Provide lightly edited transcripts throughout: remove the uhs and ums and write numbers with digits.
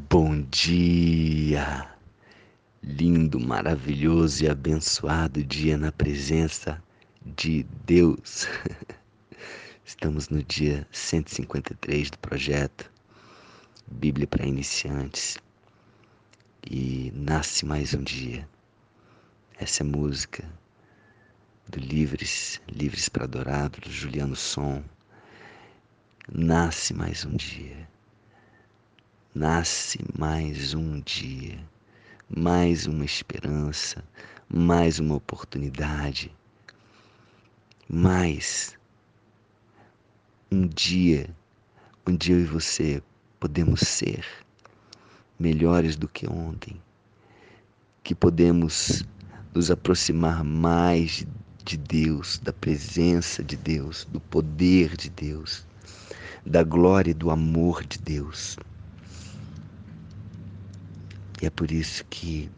Bom dia! Lindo, maravilhoso e abençoado dia na presença de Deus. Estamos no dia 153 do projeto Bíblia para Iniciantes e nasce mais um dia. Essa é a música do Livres para Adorar, do Juliano Som. Nasce mais um dia. Nasce mais um dia. Mais uma esperança, mais uma oportunidade, mais um dia onde eu e você podemos ser melhores do que ontem, que podemos nos aproximar mais de Deus, da presença de Deus, do poder de Deus, da glória e do amor de Deus. E é por isso que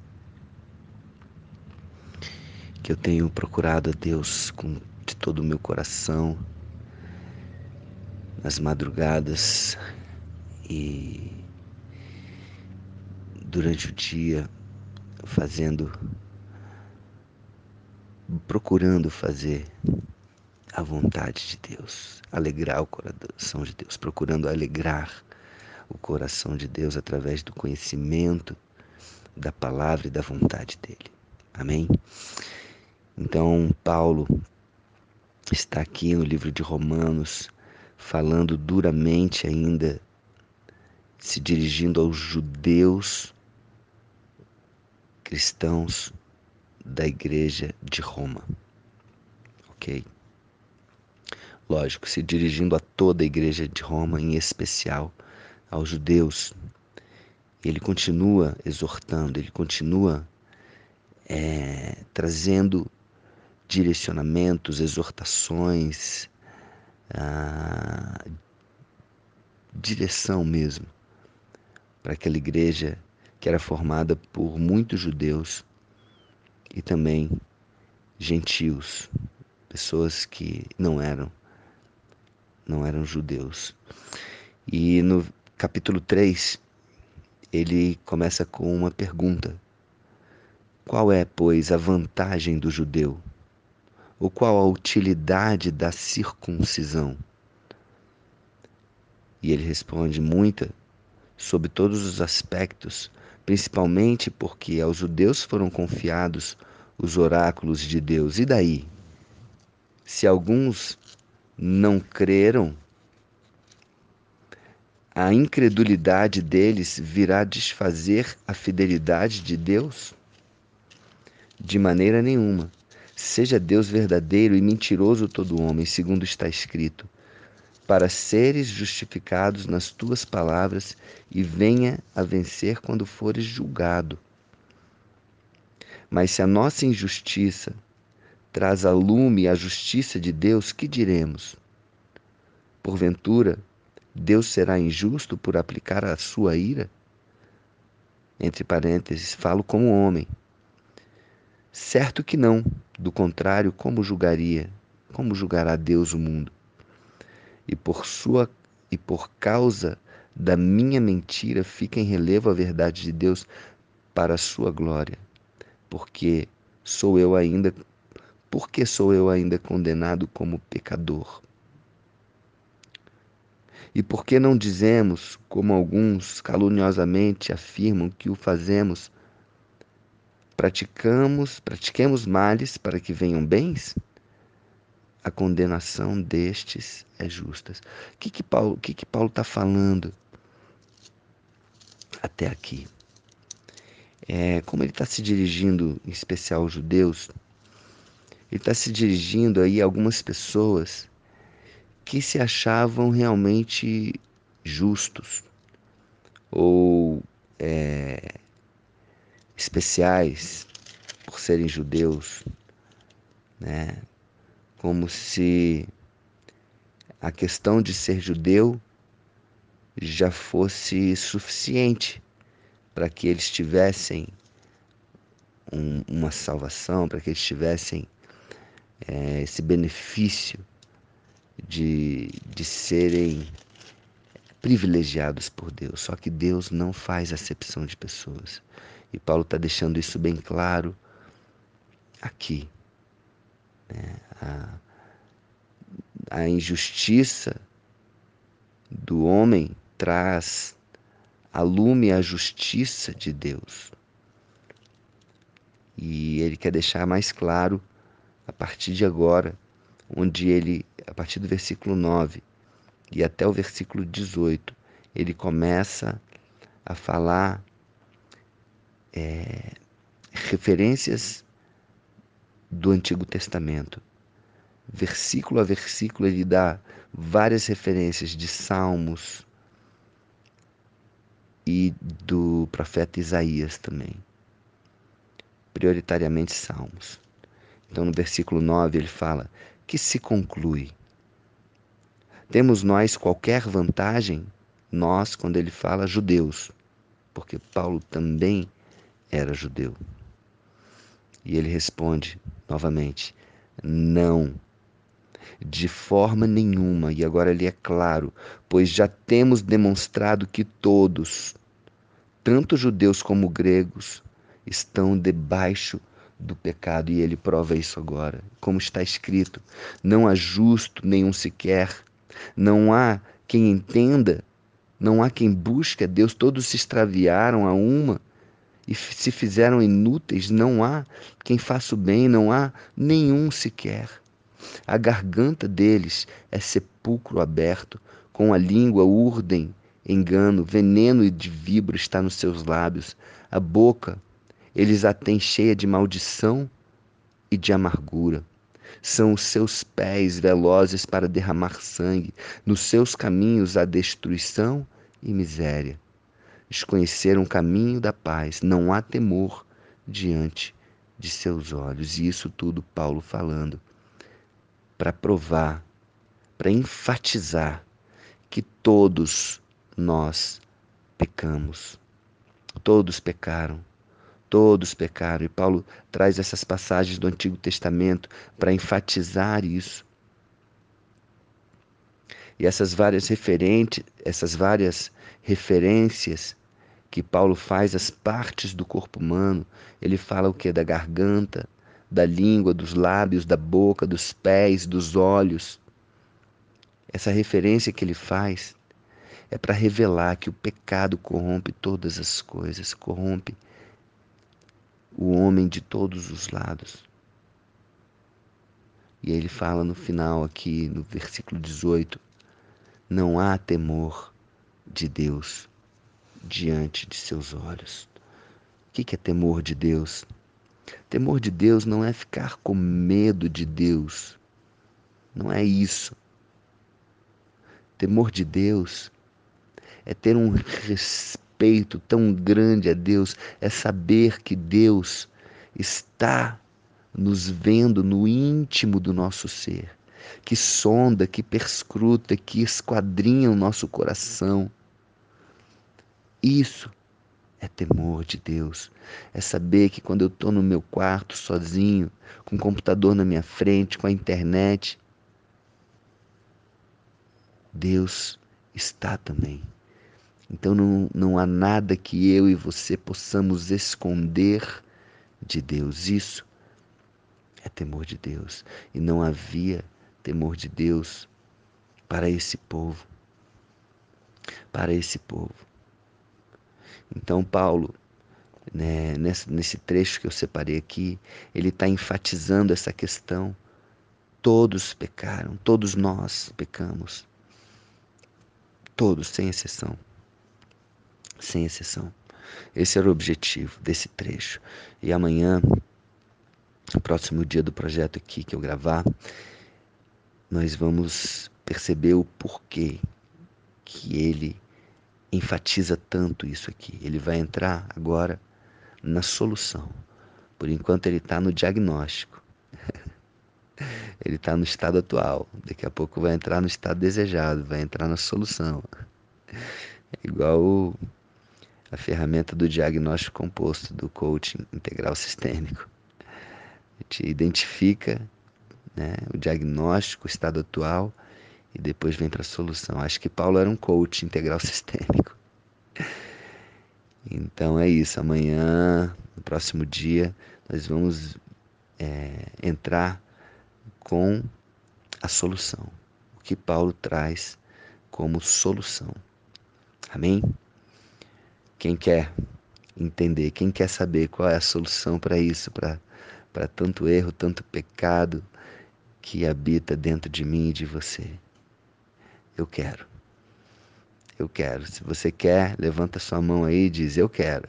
eu tenho procurado a Deus de todo o meu coração, nas madrugadas e durante o dia, procurando fazer a vontade de Deus, alegrar o coração de Deus, procurando alegrar o coração de Deus através do conhecimento da palavra e da vontade dele. Amém? Então, Paulo está aqui no livro de Romanos, falando duramente ainda, se dirigindo aos judeus cristãos da igreja de Roma. Ok? Lógico, se dirigindo a toda a igreja de Roma, em especial aos judeus. Ele continua exortando, ele continua trazendo direcionamentos, exortações, direção mesmo, para aquela igreja que era formada por muitos judeus e também gentios, pessoas que não eram judeus. E no capítulo 3, ele começa com uma pergunta. Qual é, pois, a vantagem do judeu? Ou qual a utilidade da circuncisão? E ele responde muita, sob todos os aspectos, principalmente porque aos judeus foram confiados os oráculos de Deus. E daí? Se alguns não creram, a incredulidade deles virá desfazer a fidelidade de Deus? De maneira nenhuma. Seja Deus verdadeiro e mentiroso todo homem, segundo está escrito, para seres justificados nas tuas palavras e venha a vencer quando fores julgado. Mas se a nossa injustiça traz a lume a justiça de Deus, que diremos? Porventura, Deus será injusto por aplicar a sua ira? Entre parênteses, falo como homem. Certo que não, do contrário, como julgaria? Como julgará Deus o mundo? E por causa da minha mentira fica em relevo a verdade de Deus para a sua glória. Porque sou eu ainda condenado como pecador? E por que não dizemos, como alguns caluniosamente afirmam que o fazemos, pratiquemos males para que venham bens? A condenação destes é justa. O que Paulo está falando até aqui? Como ele está se dirigindo, em especial aos judeus, ele está se dirigindo aí a algumas pessoas que se achavam realmente justos ou especiais por serem judeus, né? Como se a questão de ser judeu já fosse suficiente para que eles tivessem uma salvação, para que eles tivessem esse benefício de serem privilegiados por Deus. Só que Deus não faz acepção de pessoas. E Paulo está deixando isso bem claro aqui. A injustiça do homem traz a lume a justiça de Deus. E ele quer deixar mais claro a partir de agora, onde ele, a partir do versículo 9 e até o versículo 18, ele começa a falar referências do Antigo Testamento. Versículo a versículo, ele dá várias referências de Salmos e do profeta Isaías também. Prioritariamente Salmos. Então, no versículo 9, ele fala: que se conclui? Temos nós qualquer vantagem? Nós, quando ele fala judeus, porque Paulo também era judeu. E ele responde novamente: não, de forma nenhuma. E agora ele é claro: pois já temos demonstrado que todos, tanto judeus como gregos, estão debaixo do pecado. E ele prova isso agora. Como está escrito: não há justo nenhum sequer, não há quem entenda, não há quem busque a Deus, todos se extraviaram a uma e se fizeram inúteis, não há quem faça o bem, não há nenhum sequer. A garganta deles é sepulcro aberto, com a língua urdem engano, veneno de víbora está nos seus lábios. A boca eles a têm cheia de maldição e de amargura. São os seus pés velozes para derramar sangue, nos seus caminhos há destruição e miséria. Desconheceram o caminho da paz, não há temor diante de seus olhos. E isso tudo Paulo falando para provar, para enfatizar que todos nós pecamos. Todos pecaram. Todos pecaram. E Paulo traz essas passagens do Antigo Testamento para enfatizar isso. E essas várias referências que Paulo faz às partes do corpo humano, ele fala o que? Da garganta, da língua, dos lábios, da boca, dos pés, dos olhos. Essa referência que ele faz é para revelar que o pecado corrompe todas as coisas, corrompe o homem de todos os lados. E aí ele fala no final aqui, no versículo 18, não há temor de Deus diante de seus olhos. O que é temor de Deus? Temor de Deus não é ficar com medo de Deus. Não é isso. Temor de Deus é ter um respeito tão grande a Deus, é saber que Deus está nos vendo no íntimo do nosso ser, que sonda, que perscruta, que esquadrinha o nosso coração. Isso é temor de Deus. É saber que quando eu estou no meu quarto sozinho, com o computador na minha frente, com a internet, Deus está também. Então não há nada que eu e você possamos esconder de Deus. Isso é temor de Deus. E não havia temor de Deus para esse povo. Para esse povo. Então Paulo, né, nesse trecho que eu separei aqui, ele está enfatizando essa questão. Todos pecaram, todos nós pecamos. Todos, sem exceção. Sem exceção. Esse era o objetivo desse trecho. E amanhã, no próximo dia do projeto aqui que eu gravar, nós vamos perceber o porquê que ele enfatiza tanto isso aqui. Ele vai entrar agora na solução. Por enquanto ele está no diagnóstico. Ele está no estado atual. Daqui a pouco vai entrar no estado desejado, vai entrar na solução. É igual a ferramenta do diagnóstico composto, do coaching integral sistêmico. A gente identifica, né, o diagnóstico, o estado atual, e depois vem para a solução. Acho que Paulo era um coach integral sistêmico. Então é isso. Amanhã, no próximo dia, nós vamos entrar com a solução. O que Paulo traz como solução. Amém? Quem quer entender, quem quer saber qual é a solução para isso, para tanto erro, tanto pecado que habita dentro de mim e de você? Eu quero. Eu quero. Se você quer, levanta sua mão aí e diz: eu quero.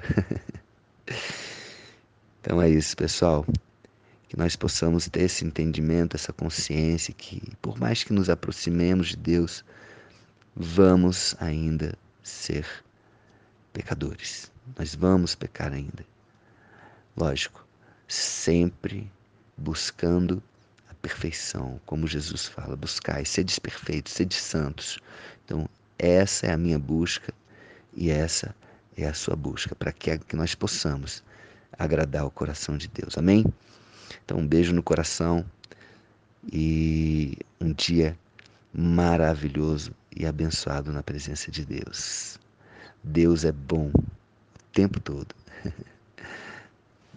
Então é isso, pessoal. Que nós possamos ter esse entendimento, essa consciência que, por mais que nos aproximemos de Deus, vamos ainda ser pecadores. Nós vamos pecar ainda. Lógico, sempre buscando a perfeição, como Jesus fala: buscai, sedes perfeitos, sedes santos. Então, essa é a minha busca e essa é a sua busca, para que nós possamos agradar o coração de Deus. Amém? Então, um beijo no coração e um dia maravilhoso e abençoado na presença de Deus. Deus é bom o tempo todo.